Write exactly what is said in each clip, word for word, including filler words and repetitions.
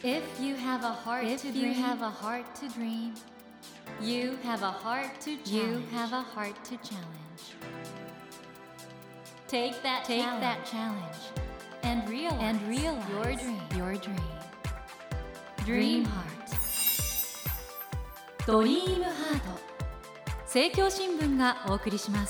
If you have a heart If to you dream, have a heart to dream, you have a heart to challenge. you have a heart to challenge. Take that Take challenge that challenge and realize, and realize your dream. your dream. Dream Dream Heart。 ドリームハート。政教新聞がお送りします。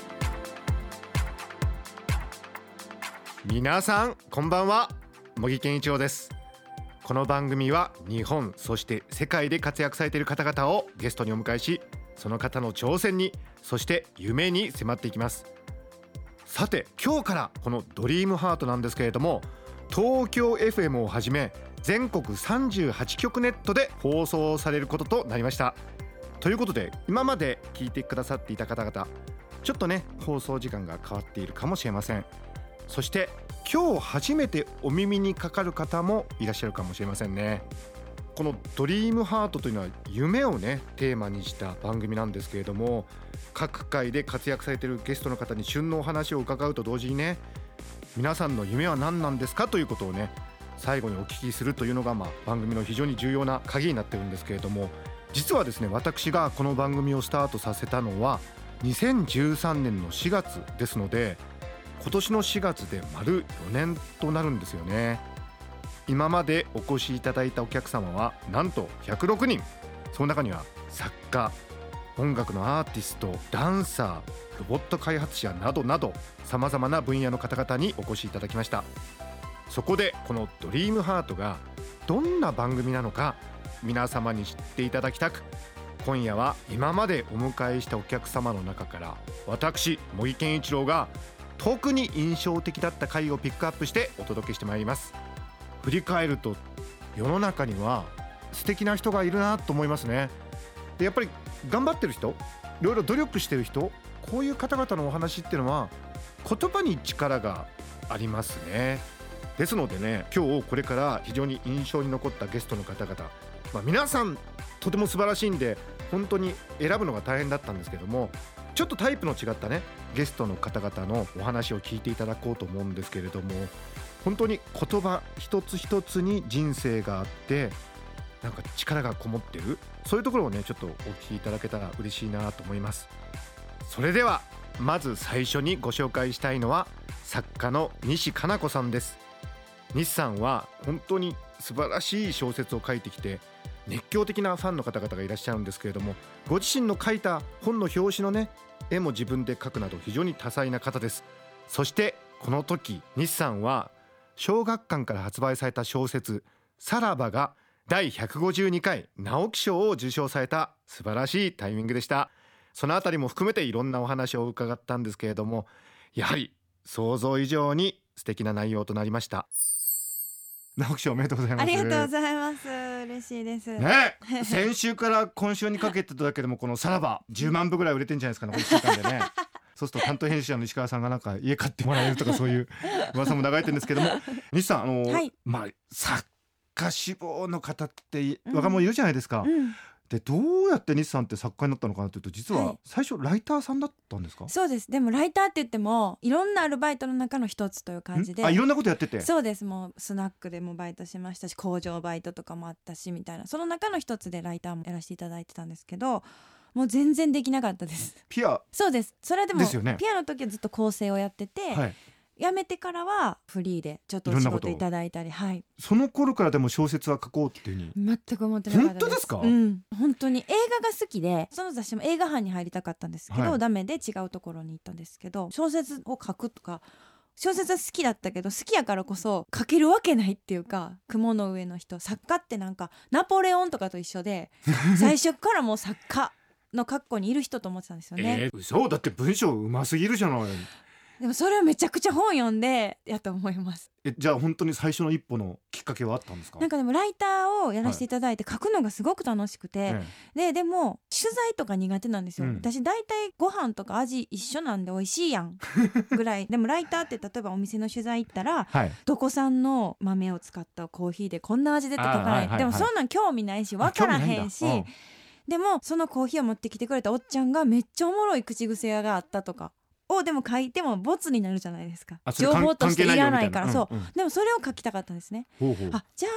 皆さんこんばんは、茂木健一郎です。この番組は日本そして世界で活躍されている方々をゲストにお迎えし、その方の挑戦にそして夢に迫っていきます。さて今日からこのドリームハートなんですけれども、東京 エフエム をはじめ全国さんじゅうはちきょくネットで放送されることとなりました。ということで今まで聞いてくださっていた方々、ちょっとね放送時間が変わっているかもしれません。そして今日初めてお耳にかかる方もいらっしゃるかもしれませんね。このドリームハートというのは夢をねテーマにした番組なんですけれども、各界で活躍されているゲストの方に旬のお話を伺うと同時にね、皆さんの夢は何なんですかということをね最後にお聞きするというのが、まあ、番組の非常に重要な鍵になっているんですけれども、実はですね私がこの番組をスタートさせたのはにせんじゅうさんねんのしがつですので、今年のしがつで丸よねんとなるんですよね。今までお越しいただいたお客様はなんとひゃくろくにん。その中には作家、音楽のアーティスト、ダンサー、ロボット開発者などなどさまざまな分野の方々にお越しいただきました。そこでこのドリームハートがどんな番組なのか皆様に知っていただきたく、今夜は今までお迎えしたお客様の中から私茂木健一郎が特に印象的だった回をピックアップしてお届けしてまいります。振り返ると世の中には素敵な人がいるなと思いますね。でやっぱり頑張ってる人、いろいろ努力してる人、こういう方々のお話っていうのは言葉に力がありますね。ですのでね、今日これから非常に印象に残ったゲストの方々、まあ、皆さんとても素晴らしいんで本当に選ぶのが大変だったんですけども、ちょっとタイプの違ったねゲストの方々のお話を聞いていただこうと思うんですけれども、本当に言葉一つ一つに人生があってなんか力がこもってる、そういうところをねちょっとお聞きいただけたら嬉しいなと思います。それではまず最初にご紹介したいのは作家の西加奈子さんです。西さんは本当に素晴らしい小説を書いてきて熱狂的なファンの方々がいらっしゃるんですけれども、ご自身の書いた本の表紙のね絵も自分で描くなど非常に多彩な方です。そしてこの時西さんは小学館から発売された小説さらばがだいひゃくごじゅうにかい直木賞を受賞された素晴らしいタイミングでした。そのあたりも含めていろんなお話を伺ったんですけれども、やはり想像以上に素敵な内容となりました。直木賞おめでとうございます。 ありがとうございます。嬉しいですね。先週から今週にかけてだけでもこのさらばじゅうまんぶぐらい売れてんじゃないですかね、このいっしゅうかんでね。そうすると担当編集者の石川さんがなんか家買ってもらえるとかそういう噂も流れてるんですけども、西さんあの、 はい、 まあ作家志望の方って若者いるじゃないですか、 うんうん、 でどうやって西さんって作家になったのかなというと、実は最初ライターさんだったんですか？ はい、そうです。でもライターって言ってもいろんなアルバイトの中の一つという感じで、 あいろんなことやってて。 そうです。もうスナックでもバイトしましたし、工場バイトとかもあったしみたいな、その中の一つでライターもやらせていただいてたんですけど、もう全然できなかったです。 ピアそうです。それでもですよね。 ピアの時はずっと構成をやってて、はい、辞めてからはフリーでちょっとお仕事いただいたり、はい、 その頃からでも小説は書こうっていうに全く思ってなかったです。 本当ですか？ うん、本当に映画が好きで、その雑誌も映画班に入りたかったんですけど、はい、ダメで違うところに行ったんですけど、小説を書くとか小説は好きだったけど、好きやからこそ書けるわけないっていうか、雲の上の人、作家ってなんかナポレオンとかと一緒で最初からもう作家の格好にいる人と思ってたんですよね。 えー、そうだって文章うますぎるじゃない。 でもそれはめちゃくちゃ本読んでやと思います。 えじゃあ本当に最初の一歩のきっかけはあったんですか？ なんかでもライターをやらせていただいて書くのがすごく楽しくて、はい、ででも取材とか苦手なんですよ、うん、私大体ご飯とか味一緒なんで美味しいやんぐらいでもライターって例えばお店の取材行ったら、はい、どこ産の豆を使ったコーヒーでこんな味でって書かない、はいはいはい、でもそんなん興味ないし分からへんし、でもそのコーヒーを持ってきてくれたおっちゃんがめっちゃおもろい口癖があったとかをでも書いてもボツになるじゃないですか、情報としていらないから、そう、うんうん、でもそれを書きたかったんですね。ほうほう、あじゃあ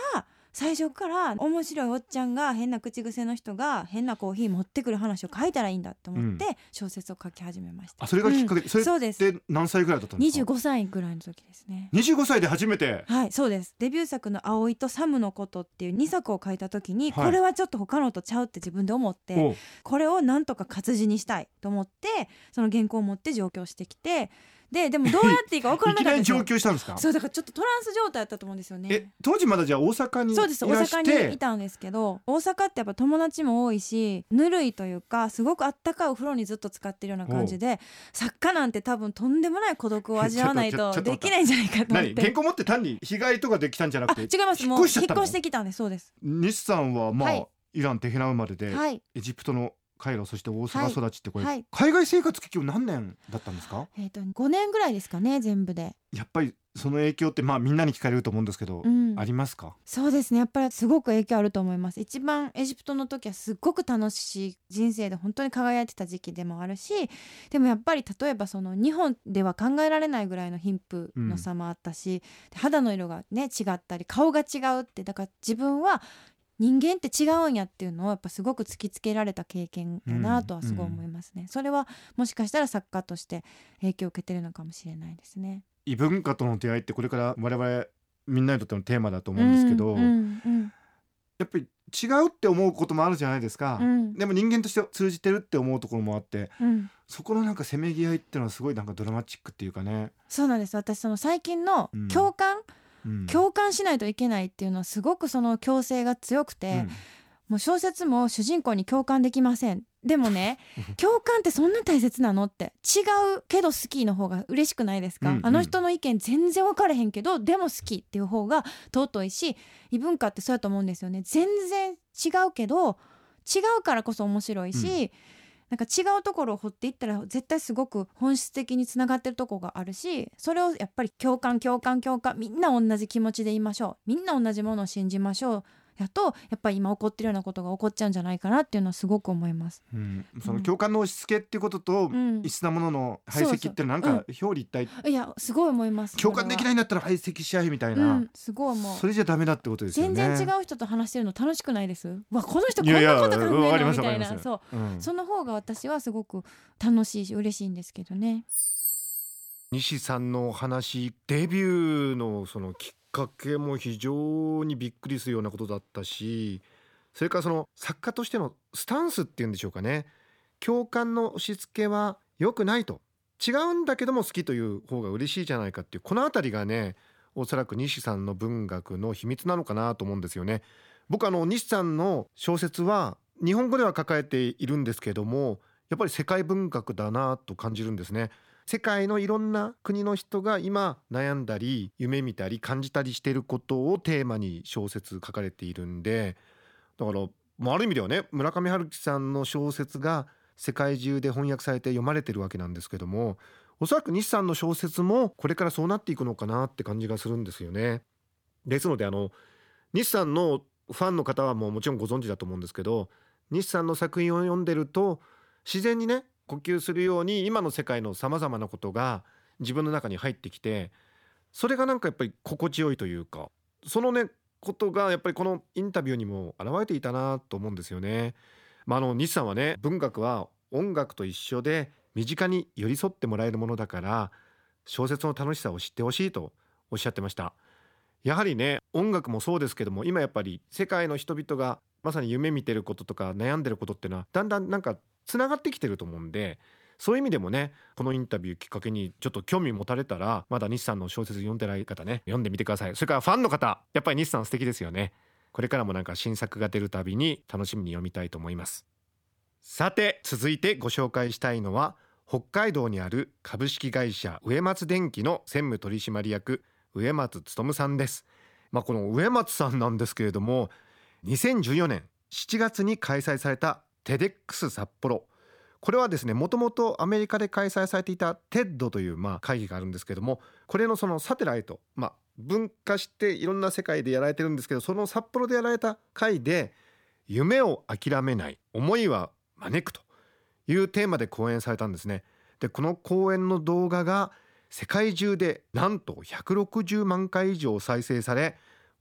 最初から面白いおっちゃんが変な口癖の人が変なコーヒー持ってくる話を書いたらいいんだと思って小説を書き始めました、 あ、それがきっかけ、 うん、 それそうですって何歳ぐらいだったんですか？ にじゅうごさいぐらいの時ですね。 にじゅうごさいで初めて。 はい、そうです。デビュー作の葵とサムのことっていうにさくを書いた時に、 はい、 これはちょっと他のとちゃうって自分で思って、これをなんとか活字にしたいと思ってその原稿を持って上京してきて、ででもどうやっていいか分からなかったんですよ。 いきなり上京したんですか？ そうだからちょっとトランス状態だったと思うんですよね。 え当時まだじゃあ大阪にいらして。 そうです、大阪にいたんですけど、大阪ってやっぱ友達も多いしぬるいというかすごくあったかいお風呂にずっと使ってるような感じで、作家なんて多分とんでもない孤独を味わわないとできないんじゃないかと思って。 何原稿持って単に日帰りとかできたんじゃなくて？ あ違います、もう引っ越してきたんです。そうです。 西さんはまあ、はい、イランテヘラン生まれで、 はい、 エジプトのカイロそして大阪育ちってこれ、はい、海外生活結局何年だったんですか？ えーとごねんぐらいですかね全部で。 やっぱりその影響ってまあみんなに聞かれると思うんですけど、うん、ありますか？ そうですね、やっぱりすごく影響あると思います。一番エジプトの時はすっごく楽しい人生で本当に輝いてた時期でもあるし、でもやっぱり例えばその日本では考えられないぐらいの貧富の差もあったし、うん、肌の色がね違ったり顔が違うって、だから自分は人間って違うんやっていうのをやっぱすごく突きつけられた経験だなとはすごい思いますね、うんうん、それはもしかしたら作家として影響を受けてるのかもしれないですね。 異文化との出会いってこれから我々みんなにとってのテーマだと思うんですけど、うんうんうん、やっぱり違うって思うこともあるじゃないですか、うん、でも人間として通じてるって思うところもあって、うん、そこのなんかせめぎ合いっていうのはすごいなんかドラマチックっていうかね。 そうなんです。私その最近の共感、うんうん、共感しないといけないっていうのはすごくその強制が強くて、うん、もう小説も主人公に共感できません。でもね共感ってそんな大切なのって、違うけど好きの方が嬉しくないですか、うんうん、あの人の意見全然分からへんけどでも好きっていう方が尊いし、異文化ってそうやと思うんですよね。全然違うけど違うからこそ面白いし、うんなんか違うところを掘っていったら絶対すごく本質的につながってるところがあるし、それをやっぱり共感共感共感、みんな同じ気持ちでいましょう、みんな同じものを信じましょうやと、やっぱり今起こってるようなことが起こっちゃうんじゃないかなっていうのはすごく思います、 うん、その共感の押し付けっていうことと、うん、異質なものの排斥ってなんか表裏一体、 うん、いやすごい思います。 共感できないんだったら排斥し合いみたいな、うん、 すごい思う。 それじゃダメだってことですよね。 全然違う人と話してるの楽しくないです？わこの人こんなこと考えるのみたいな、そう、うん、その方が私はすごく楽しいし嬉しいんですけどね。 西さんのお話、デビューのそのきっかけも非常にびっくりするようなことだったし、それからその作家としてのスタンスっていうんでしょうかね、共感の押し付けは良くないと、違うんだけども好きという方が嬉しいじゃないかっていう、このあたりがねおそらく西さんの文学の秘密なのかなと思うんですよね。僕あの西さんの小説は日本語では書かれているんですけども、やっぱり世界文学だなと感じるんですね。世界のいろんな国の人が今悩んだり夢見たり感じたりしていることをテーマに小説書かれているんで、だからある意味ではね村上春樹さんの小説が世界中で翻訳されて読まれてるわけなんですけども、おそらく西さんの小説もこれからそうなっていくのかなって感じがするんですよね。ですのであの西さんのファンの方はもうもちろんご存知だと思うんですけど、西さんの作品を読んでると自然にね呼吸するように今の世界のさまざまなことが自分の中に入ってきて、それがなんかやっぱり心地よいというか、そのねことがやっぱりこのインタビューにも現れていたなと思うんですよね。まあ、あの西さんはね文学は音楽と一緒で身近に寄り添ってもらえるものだから小説の楽しさを知ってほしいとおっしゃってました。やはりね音楽もそうですけども、今やっぱり世界の人々がまさに夢見てることとか悩んでることっていうのはだんだんなんかつながってきてると思うんで、そういう意味でもねこのインタビューきっかけにちょっと興味持たれたら、まだ西さんの小説読んでない方ね読んでみてください。それからファンの方、やっぱり西さん素敵ですよね。これからもなんか新作が出るたびに楽しみに読みたいと思います。さて続いてご紹介したいのは北海道にある株式会社植松電機の専務取締役植松勉さんです。まあ、この植松さんなんですけれども、にせんじゅうよねんしちがつに開催されたテデックス札幌、これはですねもともとアメリカで開催されていたテッドというまあ会議があるんですけども、これのそのサテライト、まあ、分化していろんな世界でやられてるんですけど、その札幌でやられた会で夢を諦めない、思いは招くというテーマで講演されたんですね。でこの講演の動画が世界中でなんとひゃくろくじゅうまんかい以上再生され、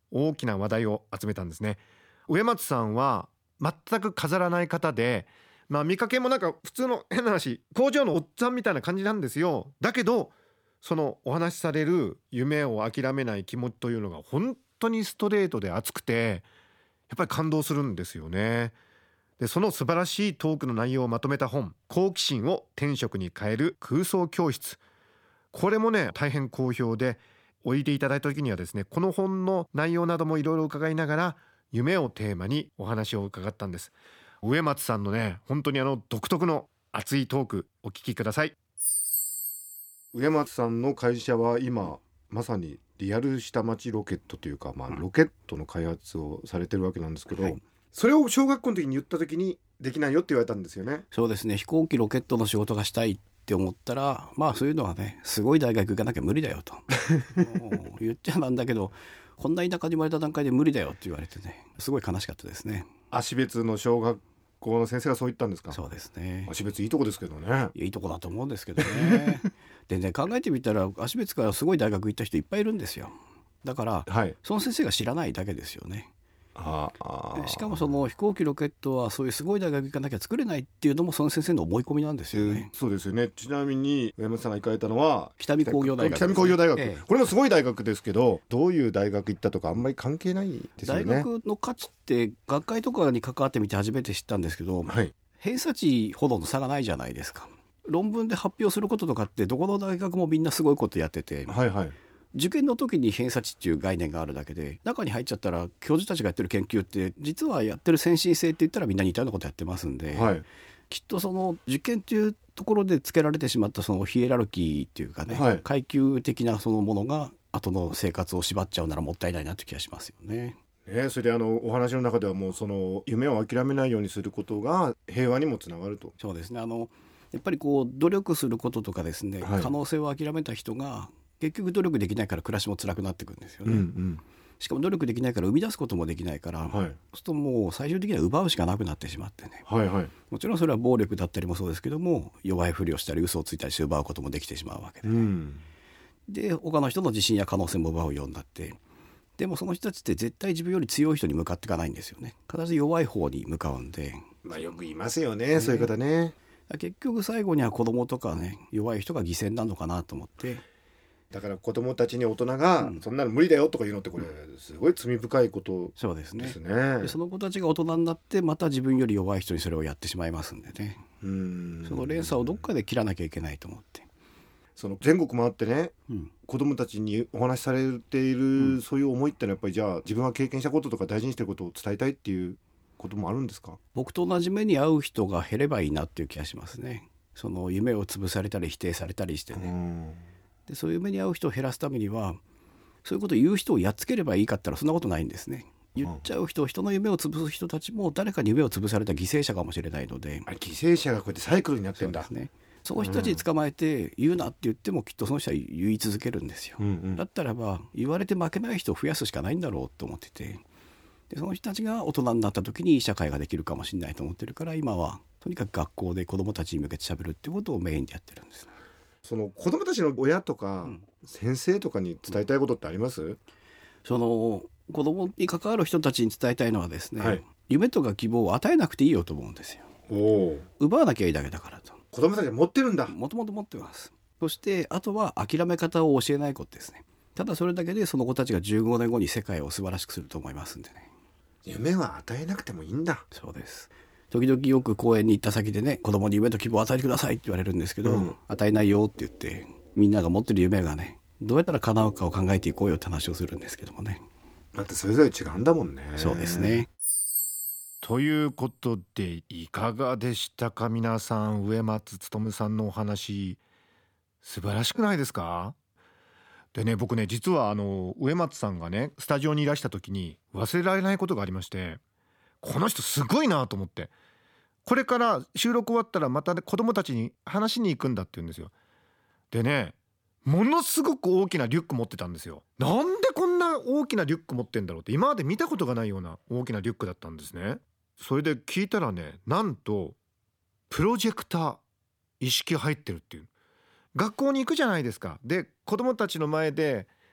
大きな話題を集めたんですね。植松さんは全く飾らない方で、まあ見かけもなんか普通の変な話工場のおっさんみたいな感じなんですよ。だけどそのお話しされる夢を諦めない気持ちというのが本当にストレートで熱くて、やっぱり感動するんですよね。でその素晴らしいトークの内容をまとめた本、好奇心を天職に変える空想教室、これもね大変好評で、おいでいただいた時にはですね、この本の内容などもいろいろ伺いながら夢をテーマにお話を伺ったんです。植松さんのね本当にあの独特の熱いトークお聞きください。植松さんの会社は今まさにリアル下町ロケットというか、まあ、ロケットの開発をされてるわけなんですけど、はい、それを小学校の時に言った時にできないよって言われたんですよね。 そうですね、飛行機ロケットの仕事がしたいって思ったら、まあそういうのはねすごい大学行かなきゃ無理だよと言っちゃなんだけど、こんな田舎に生まれた段階で無理だよって言われてね、すごい悲しかったですね。 芦別の小学校の先生がそう言ったんですか？ そうですね。 芦別いいとこですけどね。 いいとこだと思うんですけどねでね、考えてみたら芦別からすごい大学行った人いっぱいいるんですよ。だから、はい、その先生が知らないだけですよね。ああ、しかもその飛行機ロケットはそういうすごい大学行かなきゃ作れないっていうのもその先生の思い込みなんですよね、 えー、そうですよね。ちなみに上松さんが行かれたのは北見工業大学、 北見工業大学、えー、これもすごい大学ですけど、どういう大学行ったとかあんまり関係ないですよね。 大学の価値って学会とかに関わってみて初めて知ったんですけど、はい、偏差値ほどの差がないじゃないですか。論文で発表することとかってどこの大学もみんなすごいことやってて、はいはい、受験の時に偏差値っていう概念があるだけで、中に入っちゃったら教授たちがやってる研究って実はやってる先進性って言ったらみんな似たようなことやってますんで、はい、きっとその受験っていうところでつけられてしまったそのヒエラルキーっていうかね、はい、階級的なそのものが後の生活を縛っちゃうならもったいないなって気がしますよね。 ね、それであのお話の中ではもうその夢を諦めないようにすることが平和にもつながると。 そうですね、あのやっぱりこう努力することとかですね、はい、可能性を諦めた人が結局努力できないから暮らしも辛くなってくるんですよね、うんうん、しかも努力できないから生み出すこともできないから、はい、そうするともう最終的には奪うしかなくなってしまってね、はいはい、もちろんそれは暴力だったりもそうですけども、弱いふりをしたり嘘をついたりして奪うこともできてしまうわけで、うん、で他の人の自信や可能性も奪うようになって、でもその人たちって絶対自分より強い人に向かっていかないんですよね。必ず弱い方に向かうんで、 まあ、よく言いますよね、ね、そういう方ね。 結局最後には子供とかね弱い人が犠牲になるのかなと思って、 だから子供たちに大人がそんなの無理だよとか言うのってこれすごい罪深いことですね。 そうですね。でその子たちが大人になってまた自分より弱い人にそれをやってしまいますんでね、うーん、その連鎖をどっかで切らなきゃいけないと思って、 その全国回ってね、うん、子供たちにお話しされている、うん、そういう思いってのはやっぱりじゃあ自分が経験したこととか大事にしていることを伝えたいっていうこともあるんですか？ 僕と同じ目に遭う人が減ればいいなっていう気がしますね。その夢を潰されたり否定されたりしてね、でそういう目に遭う人を減らすためにはそういうことを言う人をやっつければいいかって言ったらそんなことないんですね。言っちゃう人、人の夢を潰す人たちも誰かに夢を潰された犠牲者かもしれないので、 あ、犠牲者がこうやってサイクルになってるんだ。 そうですね。その人たちに捕まえて言うなって言ってもきっとその人は言い続けるんですよ、うんうん、だったらば言われて負けない人を増やすしかないんだろうと思ってて、でその人たちが大人になった時にいい社会ができるかもしれないと思ってるから、今はとにかく学校で子どもたちに向けて喋るってことをメインでやってるんです。 その子どもたちの親とか先生とかに伝えたいことってあります？うん、 その子どもに関わる人たちに伝えたいのはですね、はい、夢とか希望を与えなくていいよと思うんですよ。お奪わなきゃいいだけだからと。 子どもたちは持ってるんだ。 もともと持ってます。そしてあとは諦め方を教えないことですね。ただそれだけでその子たちがじゅうごねんごに世界を素晴らしくすると思いますんでね。 夢は与えなくてもいいんだ。 そうです。時々よく公園に行った先でね、子供に夢と希望を与えてくださいって言われるんですけど、うん、与えないよって言ってみんなが持ってる夢がねどうやったら叶うかを考えていこうよって話をするんですけどもね。 だってそれぞれ違うんだもんね。 そうですね。 ということでいかがでしたか皆さん。植松勉さんのお話素晴らしくないですか？でね、僕ね実はあの植松さんがねスタジオにいらした時に忘れられないことがありまして、この人すごいなと思って、これから収録終わったらまた、ね、子供たちに話しに行くんだって言うんですよ。でね、ものすごく大きなリュック持ってたんですよ。なんでこんな大きなリュック持ってんだろうって今まで見たことがないような大きなリュックだったんですね。それで聞いたらね、なんとプロジェクター一式入ってるっていう。学校に行くじゃないですか。で子供たちの前で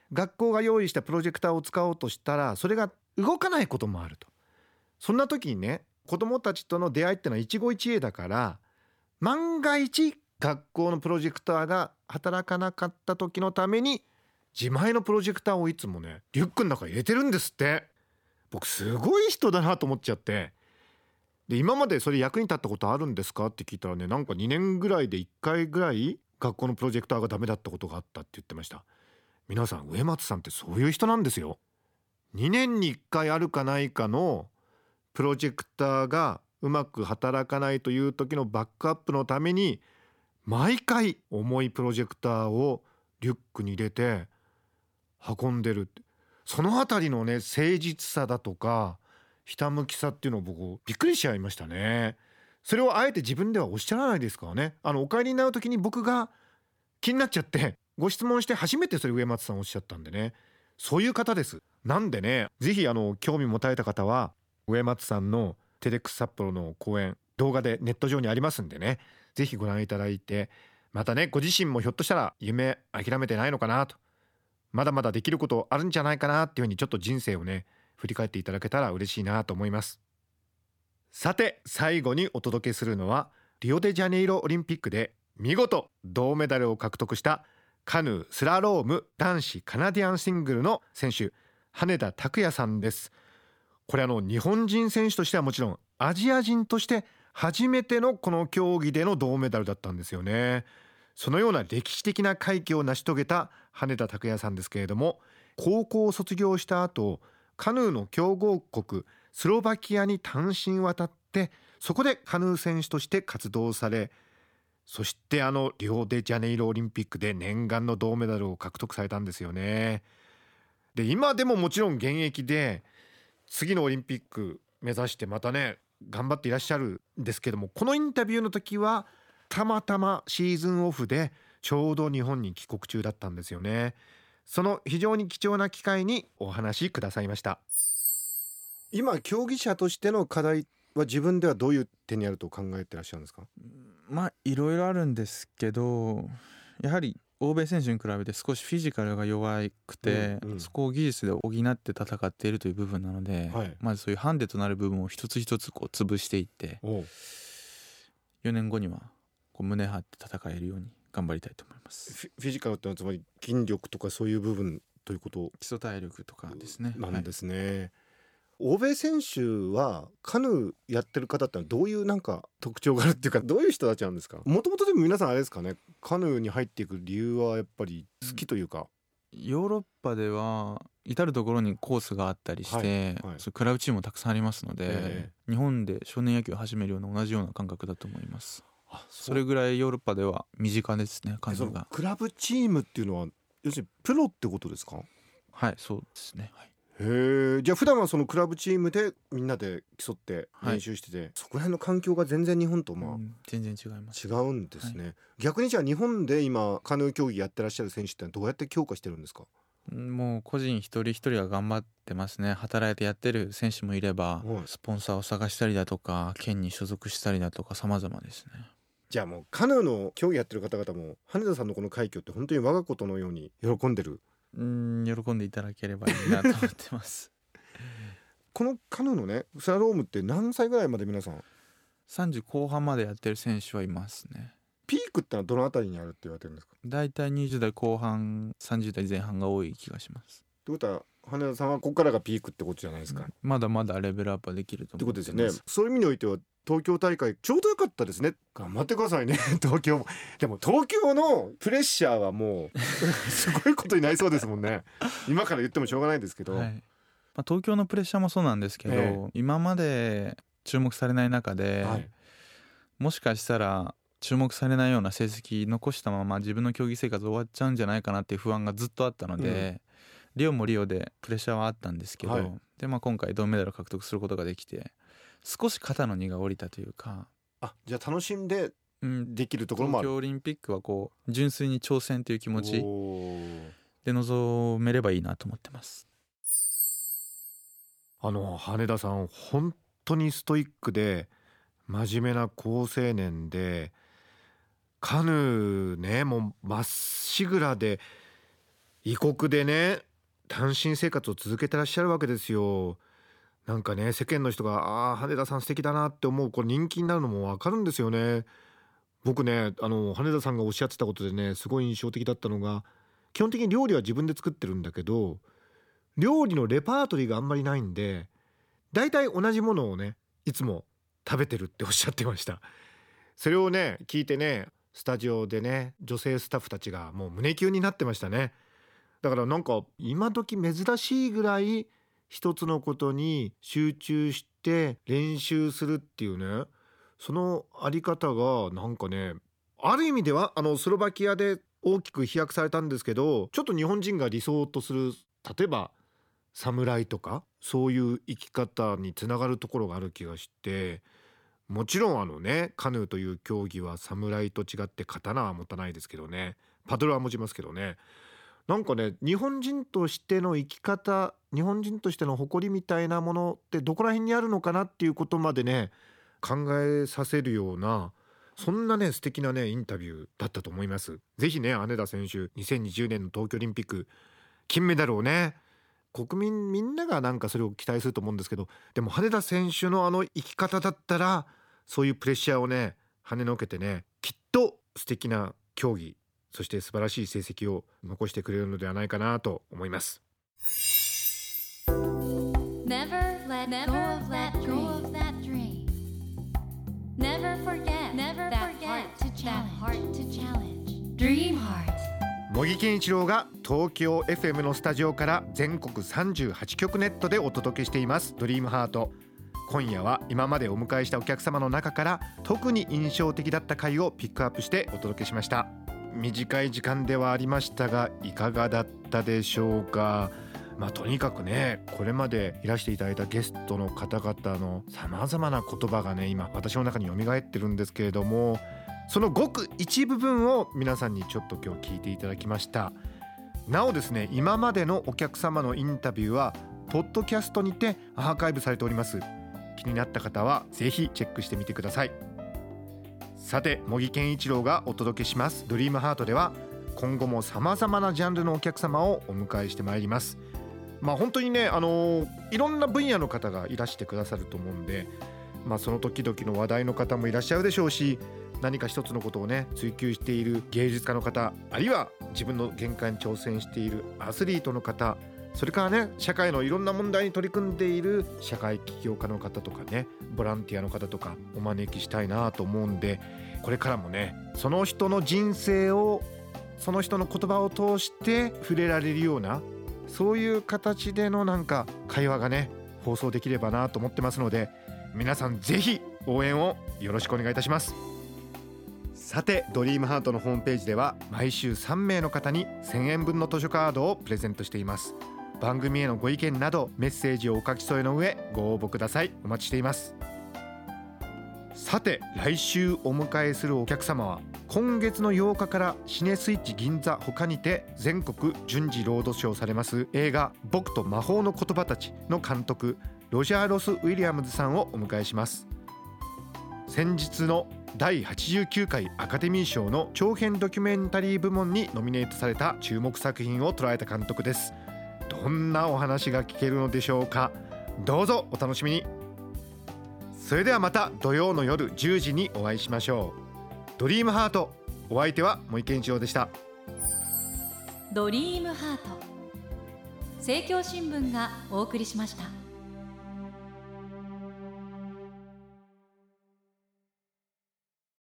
学校が用意したプロジェクターを使おうとしたらそれが動かないこともあると。そんな時にね、子どもたちとの出会いってのは一期一会だから、万が一学校のプロジェクターが働かなかった時のために自前のプロジェクターをいつもねリュックの中に入れてるんですって。僕すごい人だなと思っちゃって、で今までそれ役に立ったことあるんですかって聞いたらね、なんかにねんぐらいでいっかいぐらい学校のプロジェクターがダメだったことがあったって言ってました。皆さん、植松さんってそういう人なんですよ。にねんにいっかいあるかないかのプロジェクターがうまく働かないという時のバックアップのために毎回重いプロジェクターをリュックに入れて運んでるって、そのあたりのね誠実さだとかひたむきさっていうのを僕びっくりしちゃいましたね。それをあえて自分ではおっしゃらないですからね。あのお帰りになる時に僕が気になっちゃってご質問して初めてそれ植松さんおっしゃったんでね、そういう方です。なんでね、ぜひあの興味持たれた方は植松さんのテレックス札幌の講演動画でネット上にありますんでね、ぜひご覧いただいて、またねご自身もひょっとしたら夢諦めてないのかなと、まだまだできることあるんじゃないかなっていうふうにちょっと人生をね振り返っていただけたら嬉しいなと思います。さて最後にお届けするのはリオデジャネイロオリンピックで見事銅メダルを獲得したカヌースラローム男子カナディアンシングルの選手、羽田拓也さんです。これあの日本人選手としてはもちろんアジア人として初めてのこの競技での銅メダルだったんですよね。そのような歴史的な快挙を成し遂げた羽田拓也さんですけれども、高校を卒業した後カヌーの強豪国スロバキアに単身渡って、そこでカヌー選手として活動され、そしてあのリオデジャネイロオリンピックで念願の銅メダルを獲得されたんですよね。で今でももちろん現役で次のオリンピック目指してまたね頑張っていらっしゃるんですけども、このインタビューの時はたまたまシーズンオフでちょうど日本に帰国中だったんですよね。その非常に貴重な機会にお話しくださいました。今競技者としての課題は自分ではどういう点にあると考えてらっしゃるんですか？ まあいろいろあるんですけど、やはり欧米選手に比べて少しフィジカルが弱くて、うんうん、そこを技術で補って戦っているという部分なので、はい、まずそういうハンデとなる部分を一つ一つこう潰していってよねんごにはこう胸張って戦えるように頑張りたいと思います。 フィ、フィジカルってのはつまり筋力とかそういう部分ということ、 基礎体力とかですね。 なんですね、はい。欧米選手はカヌーやってる方ってのはどういうなんか特徴があるっていうか、どういう人たちなんですか？もともとでも皆さんあれですかね、カヌーに入っていく理由はやっぱり好きというか、 うん、ヨーロッパでは至る所にコースがあったりして、はいはい、そういうクラブチームもたくさんありますので、えー、日本で少年野球を始めるような同じような感覚だと思います。あ、 そ, それぐらいヨーロッパでは身近ですね、カヌーが。 クラブチームっていうのは要するにプロってことですか？ はい、そうですね、はい。 へえ、じゃあ普段はそのクラブチームでみんなで競って練習してて、はい、そこら辺の環境が全然日本とまあ、うん、 全然違います。 違うんですね、はい。逆にじゃあ日本で今カヌー競技やってらっしゃる選手ってどうやって強化してるんですか？ もう個人一人一人は頑張ってますね。働いてやってる選手もいれば、はい、スポンサーを探したりだとか県に所属したりだとか様々ですね。 じゃあもうカヌーの競技やってる方々も羽田さんのこの快挙って本当に我がことのように喜んでる？ うーん、喜んでいただければいいなと思ってますこのカヌーのねスラロームって何歳ぐらいまで皆さん？ さんじゅう後半までやってる選手はいますね。 ピークってのはどのあたりにあるって言われてるんですか？ だいたいにじゅう代後半さんじゅう代前半が多い気がします。 ということは羽田さんはここからがピークってことじゃないですか？ うん、まだまだレベルアップはできると思ってますってことですよね。そういう意味においては東京大会ちょうどよかったですね。頑張ってくださいね東京も。でも東京のプレッシャーはもうすごいことになりそうですもんね今から言ってもしょうがないんですけど、はい、 まあ、東京のプレッシャーもそうなんですけど、えー、今まで注目されない中で、はい、もしかしたら注目されないような成績残したまま自分の競技生活終わっちゃうんじゃないかなっていう不安がずっとあったので、うん、リオもリオでプレッシャーはあったんですけど、はい、でまあ、今回銅メダルを獲得することができて少し肩の荷が下りたというか、 あ、じゃあ楽しんでできるところもある、 うん、東京オリンピックはこう純粋に挑戦という気持ちで臨めればいいなと思ってます。 あの羽田さん本当にストイックで真面目な好青年で、カヌーねもうまっしぐらで異国でね単身生活を続けてらっしゃるわけですよ。なんかね世間の人があー羽田さん素敵だなって思うこれ人気になるのもわかるんですよね。僕ねあの羽田さんがおっしゃってたことでねすごい印象的だったのが、基本的に料理は自分で作ってるんだけど料理のレパートリーがあんまりないんでだいたい同じものをねいつも食べてるっておっしゃってました。それをね聞いてねスタジオでね女性スタッフたちがもう胸キュンになってましたね。だからなんか今時珍しいぐらい一つのことに集中して練習するっていうねそのあり方がなんかねある意味ではあのスロバキアで大きく飛躍されたんですけど、ちょっと日本人が理想とする例えば侍とかそういう生き方につながるところがある気がして、もちろんあのねカヌーという競技は侍と違って刀は持たないですけどね、パドルは持ちますけどね、なんかね日本人としての生き方、日本人としての誇りみたいなものってどこら辺にあるのかなっていうことまでね考えさせるようなそんなね素敵なねインタビューだったと思います。ぜひね羽田選手にせんにじゅうねんの東京オリンピック金メダルをね国民みんながなんかそれを期待すると思うんですけど、でも羽田選手のあの生き方だったらそういうプレッシャーをね跳ねのけてねきっと素敵な競技そして素晴らしい成績を残してくれるのではないかなと思います。 Never let go of that dream. Never forget that heart to challenge. Dream Heart. 茂木健一郎が東京 エフエム のスタジオから全国さんじゅうはちきょくネットでお届けしていますドリームハート。今夜は今までお迎えしたお客様の中から特に印象的だった回をピックアップしてお届けしました。短い時間ではありましたがいかがだったでしょうか。まあとにかくねこれまでいらしていただいたゲストの方々のさまざまな言葉がね今私の中に蘇ってるんですけれども、そのごく一部分を皆さんにちょっと今日聞いていただきました。なおですね今までのお客様のインタビューはポッドキャストにてアーカイブされております。気になった方はぜひチェックしてみてください。さて茂木健一郎がお届けしますドリームハートでは今後もさまざまなジャンルのお客様をお迎えしてまいります。まあ本当にねあのー、いろんな分野の方がいらしてくださると思うんで、まあその時々の話題の方もいらっしゃるでしょうし、何か一つのことをね追求している芸術家の方、あるいは自分の限界に挑戦しているアスリートの方、それからね社会のいろんな問題に取り組んでいる社会起業家の方とかねボランティアの方とかお招きしたいなと思うんで、これからもねその人の人生をその人の言葉を通して触れられるようなそういう形でのなんか会話がね放送できればなと思ってますので、皆さんぜひ応援をよろしくお願いいたします。さてドリームハートのホームページでは毎週さんめいの方にせんえんぶんの図書カードをプレゼントしています。番組へのご意見などメッセージをお書き添えの上ご応募ください。お待ちしています。さて来週お迎えするお客様は今月のようかからシネスイッチ銀座他にて全国順次ロードショーされます映画僕と魔法の言葉たちの監督ロジャー・ロス・ウィリアムズさんをお迎えします。先日のだいはちじゅうきゅうかいアカデミー賞の長編ドキュメンタリー部門にノミネートされた注目作品を捉えた監督です。どんなお話が聞けるのでしょうか。どうぞお楽しみに。それではまた土曜の夜じゅうじにお会いしましょう。ドリームハート、お相手は茂木健一郎でした。 ドリームハート、政教新聞がお送りしました。